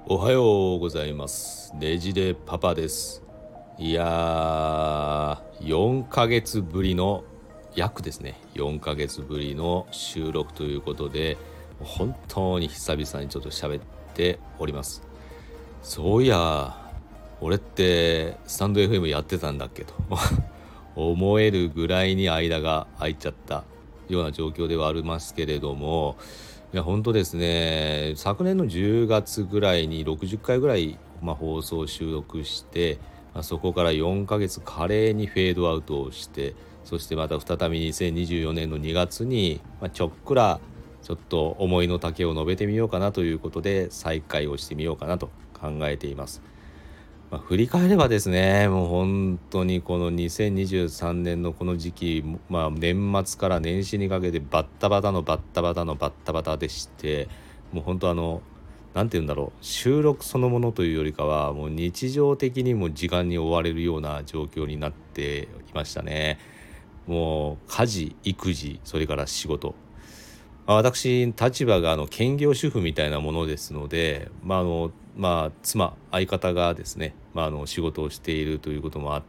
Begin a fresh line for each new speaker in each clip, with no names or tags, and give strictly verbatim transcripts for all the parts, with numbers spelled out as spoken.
おはようございます。ねじれパパです。いやー、よんかげつぶりの約ですね、よんかげつぶりの収録ということで、本当に久々にちょっと喋っております。そういや、俺ってスタンド エフエム やってたんだっけと思えるぐらいに間が空いちゃったような状況ではありますけれども、いや本当ですね、昨年のじゅうがつぐらいにろくじゅっかいぐらい、まあ、放送収録して、まあ、そこからよんかげつ華麗にフェードアウトをして、そしてまた再びにせんにじゅうよねんのにがつに、まあ、ちょっくらちょっと思いの丈を述べてみようかなということで再開をしてみようかなと考えています。まあ、振り返ればですね、もう本当にこのにせんにじゅうさんねんのこの時期、まあ、年末から年始にかけてバッタバタのバッタバタのバッタバタでして、もう本当あのなんて言うんだろう、収録そのものというよりかはもう日常的にも時間に追われるような状況になっていましたね。もう家事育児それから仕事、まあ、私立場があの兼業主婦みたいなものですので、まああのまあ、妻相方がですね、まあ、あの仕事をしているということもあって、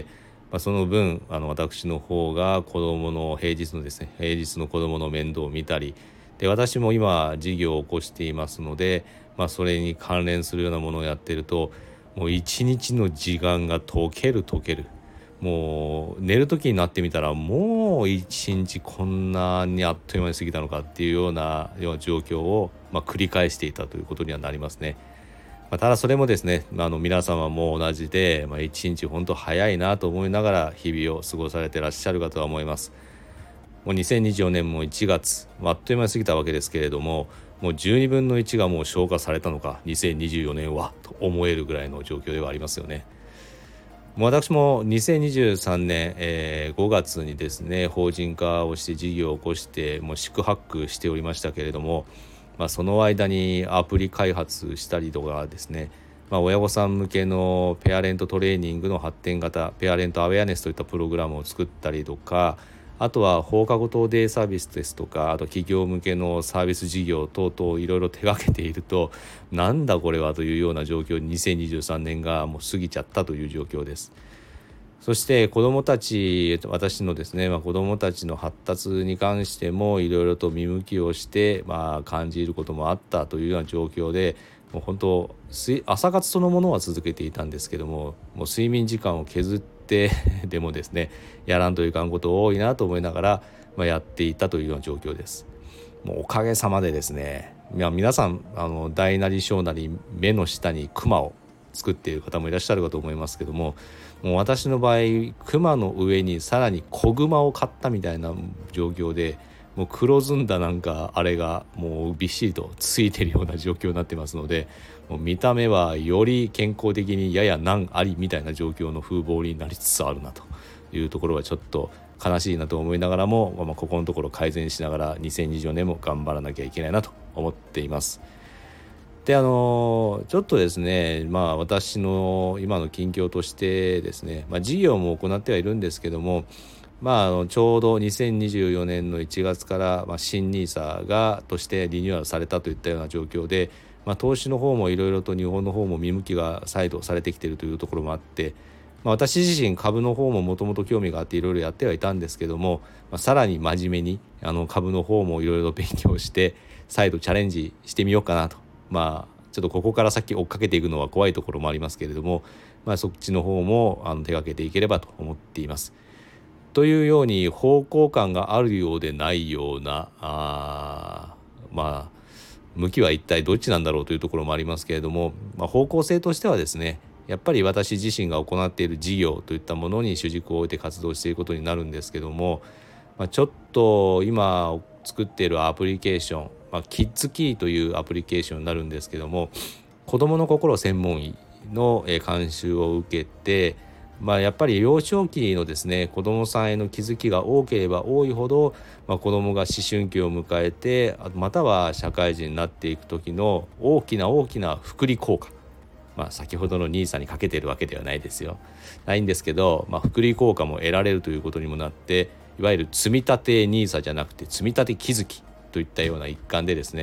まあ、その分あの私の方が子どもの平日のですね平日の子どもの面倒を見たりで、私も今事業を起こしていますので、まあ、それに関連するようなものをやっていると、もう一日の時間が溶ける溶ける。もう寝る時になってみたら、もう一日こんなにあっという間に過ぎたのかっていうようなような状況を、まあ、繰り返していたということにはなりますね。まあ、ただそれもですね、あの皆様も同じで、まあ、一日本当早いなと思いながら日々を過ごされてらっしゃるかとは思います。もうにせんにじゅうよねんもいちがつ、あっという間に過ぎたわけですけれども、もうじゅうにぶんのいちがもう消化されたのかにせんにじゅうよねんはと思えるぐらいの状況ではありますよね。私もにせんにじゅうさんねん、えーごがつにですね法人化をして事業を起こしてもう四苦八苦しておりましたけれども、まあ、その間にアプリ開発したりとかですね、まあ、親御さん向けのペアレントトレーニングの発展型ペアレントアウェアネスといったプログラムを作ったりとか、あとは放課後等デイサービスですとか、あと企業向けのサービス事業等々いろいろ手掛けていると、なんだこれはというような状況ににせんにじゅうさんねんがもう過ぎちゃったという状況です。そして子どもたち、私のですね、まあ、子どもたちの発達に関してもいろいろと見向きをして、まあ、感じることもあったというような状況で、もう本当朝活そのものは続けていたんですけども、もう睡眠時間を削ってでもですねやらんといかんこと多いなと思いながら、まあ、やっていたというような状況です。もうおかげさまでですね、いや皆さんあの大なり小なり目の下にクマを作っている方もいらっしゃるかと思いますけども、もう私の場合クマの上にさらに子グマを買ったみたいな状況で、もう黒ずんだなんかあれがもうびっしりとついてるような状況になってますので、もう見た目はより健康的にやや難ありみたいな状況の風貌になりつつあるなというところはちょっと悲しいなと思いながらも、まあ、ここのところ改善しながらにせんにじゅうよねんも頑張らなきゃいけないなと思っています。であのちょっとですね、まあ私の今の近況としてですね、まあ、事業も行ってはいるんですけども、まあ、あのちょうどにせんにじゅうよねんのいちがつから、まあ、新ニーサがとしてリニューアルされたといったような状況で、まあ、投資の方もいろいろと日本の方も見向きが再度されてきているというところもあって、まあ、私自身株の方ももともと興味があっていろいろやってはいたんですけども、まあ、さらに真面目にあの株の方もいろいろ勉強して再度チャレンジしてみようかなと、まあちょっとここから先追っかけていくのは怖いところもありますけれども、まあ、そっちの方もあの手掛けていければと思っています。というように方向感があるようでないような、あまあ向きは一体どっちなんだろうというところもありますけれども、まあ、方向性としてはですね、やっぱり私自身が行っている事業といったものに主軸を置いて活動していることになるんですけども、まあ、ちょっと今作っているアプリケーション、まあ、キッズキーというアプリケーションになるんですけども、子どもの心専門医の監修を受けて、まあ、やっぱり幼少期のですね子どもさんへの気づきが多ければ多いほど、まあ、子どもが思春期を迎えてまたは社会人になっていく時の大きな大きな福利効果、まあ、先ほどのニーサにかけているわけではないですよないんですけど、まあ、福利効果も得られるということにもなって、いわゆる積み立てニーサじゃなくて積み立て気づきといったような一環でですね、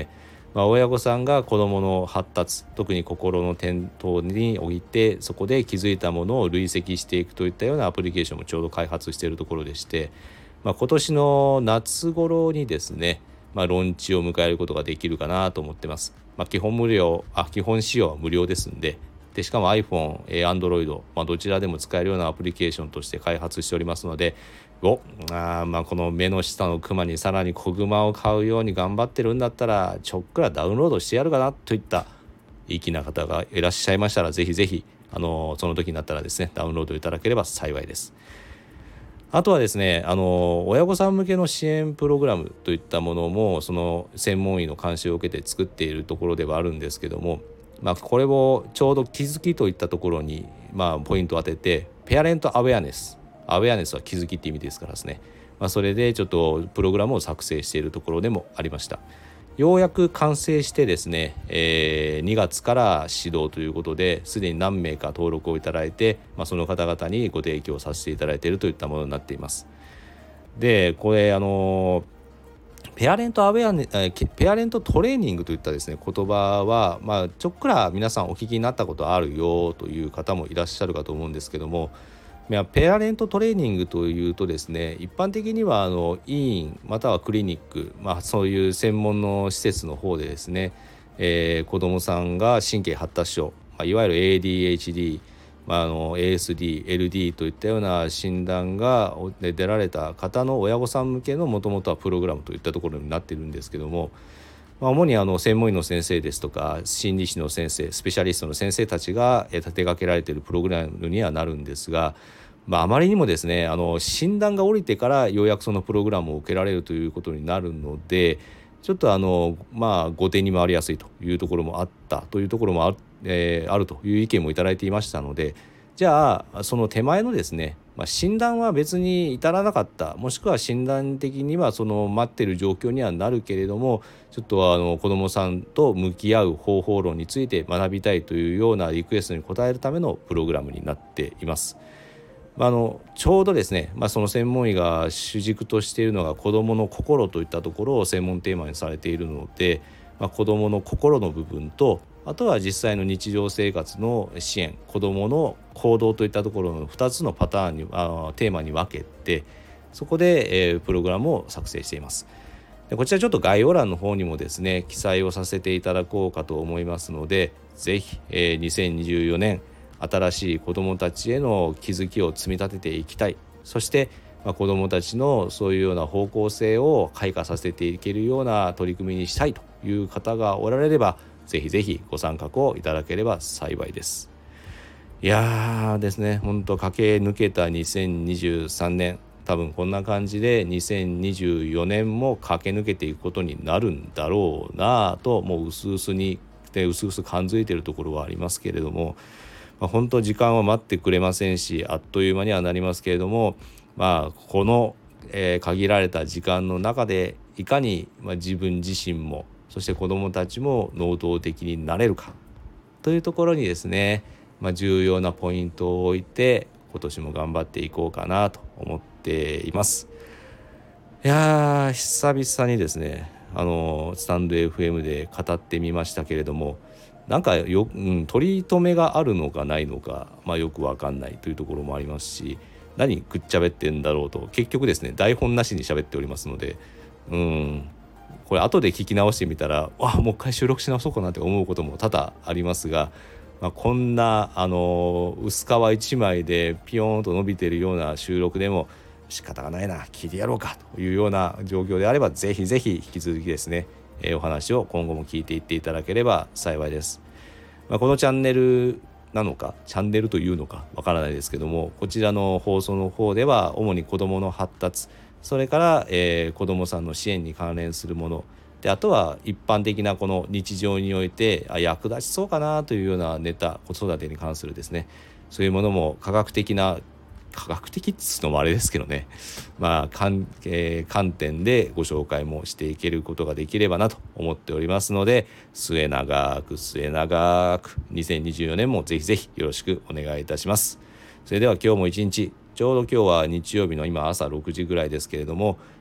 まあ、親御さんが子どもの発達、特に心の点等においてそこで気づいたものを累積していくといったようなアプリケーションもちょうど開発しているところでして、まあ、今年の夏頃にですね、まあ、ローンチを迎えることができるかなと思ってます。まあ、基本無料あ基本使用は無料ですんで、でしかも iPhone、Android、まあ、どちらでも使えるようなアプリケーションとして開発しておりますので、おあまあこの目の下のクマにさらに子グマを買うように頑張ってるんだったらちょっくらダウンロードしてやるかなといった粋な方がいらっしゃいましたら、ぜひぜひあのその時になったらですねダウンロードいただければ幸いです。あとはですね、あの親御さん向けの支援プログラムといったものもその専門医の監修を受けて作っているところではあるんですけども、まあ、これをちょうど気づきといったところに、まあ、ポイントを当てて、ペアレントアウェアネスアウェアネスは気づきって意味ですからですね、まあ、それでちょっとプログラムを作成しているところでもありました。ようやく完成してですね、えー、にがつから始動ということですでに何名か登録をいただいて、まあ、その方々にご提供させていただいているといったものになっています。でこれあのペアレントアウェアネペアレントトレーニングといったですね言葉は、まあ、ちょっくら皆さんお聞きになったことあるよという方もいらっしゃるかと思うんですけども、ペアレントトレーニングというとですね、一般的にはあの医院またはクリニック、まあ、そういう専門の施設の方でですね、えー、子どもさんが神経発達症、まあ、いわゆる エーディーエイチディー、まあ、あの エーエスディー、エルディー といったような診断が出られた方の親御さん向けのもともとはプログラムといったところになっているんですけども、まあ、主にあの専門医の先生ですとか心理師の先生、スペシャリストの先生たちが立て掛けられているプログラムにはなるんですが、まあ、あまりにもですねあの診断が下りてからようやくそのプログラムを受けられるということになるので、ちょっとあのまあ後手に回りやすいというところもあったというところも あ,、えー、あるという意見もいただいていましたので、じゃあその手前のですね、まあ、診断は別に至らなかった、もしくは診断的にはその待っている状況にはなるけれども、ちょっとあの子どもさんと向き合う方法論について学びたいというようなリクエストに応えるためのプログラムになっています。あのちょうどですね、まあ、その専門医が主軸としているのが子どもの心といったところを専門テーマにされているので、まあ、子どもの心の部分と、あとは実際の日常生活の支援、子どもの行動といったところのふたつのパターンにあテーマに分けて、そこで、えー、プログラムを作成しています。でこちらちょっと概要欄の方にもですね記載をさせていただこうかと思いますので、ぜひ、えー、にせんにじゅうよねん新しい子どもたちへの気づきを積み立てていきたい、そして、まあ、子どもたちのそういうような方向性を開花させていけるような取り組みにしたいという方がおられれば、ぜひぜひご参画をいただければ幸いです。いやーですね、本当駆け抜けたにせんにじゅうさんねん、多分こんな感じでにせんにじゅうよねんも駆け抜けていくことになるんだろうなと、もう薄々にで薄々感づいているところはありますけれども、まあ、本当時間は待ってくれませんし、あっという間にはなりますけれども、まあ、この、えー、限られた時間の中でいかに、まあ、自分自身もそして子どもたちも能動的になれるかというところにですね、まあ、重要なポイントを置いて今年も頑張っていこうかなと思っています。いやー久々にですねあのスタンド エフエム で語ってみましたけれども、なんかよ、うん、取り留めがあるのかないのか、まあ、よく分かんないというところもありますし、何くっちゃべってんだろうと結局ですね台本なしに喋っておりますので、うんこれ後で聞き直してみたら、わもう一回収録し直そうかなって思うことも多々ありますが、まあ、こんなあの薄皮一枚でピヨーンと伸びているような収録でも仕方がないな聞いてやろうかというような状況であれば、ぜひぜひ引き続きですね、えー、お話を今後も聞いていっていただければ幸いです。まあ、このチャンネルなのかチャンネルというのかわからないですけども、こちらの放送の方では主に子どもの発達、それから、えー、子どもさんの支援に関連するもので、あとは一般的なこの日常においてあ役立ちそうかなというようなネタ、子育てに関するですね、そういうものも科学的な科学的っつうのもあれですけどね、まあ観、えー、観点でご紹介もしていけることができればなと思っておりますので、末永く末永くにせんにじゅうよねんもぜひぜひよろしくお願いいたします。それでは今日も一日、ちょうど今日は日曜日の今朝ろくじぐらいですけれども、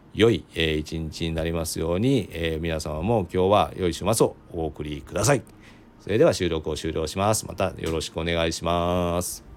良い、えー、一日になりますように、えー、皆様も今日は良い週末をお送りください。それでは収録を終了します。またよろしくお願いします。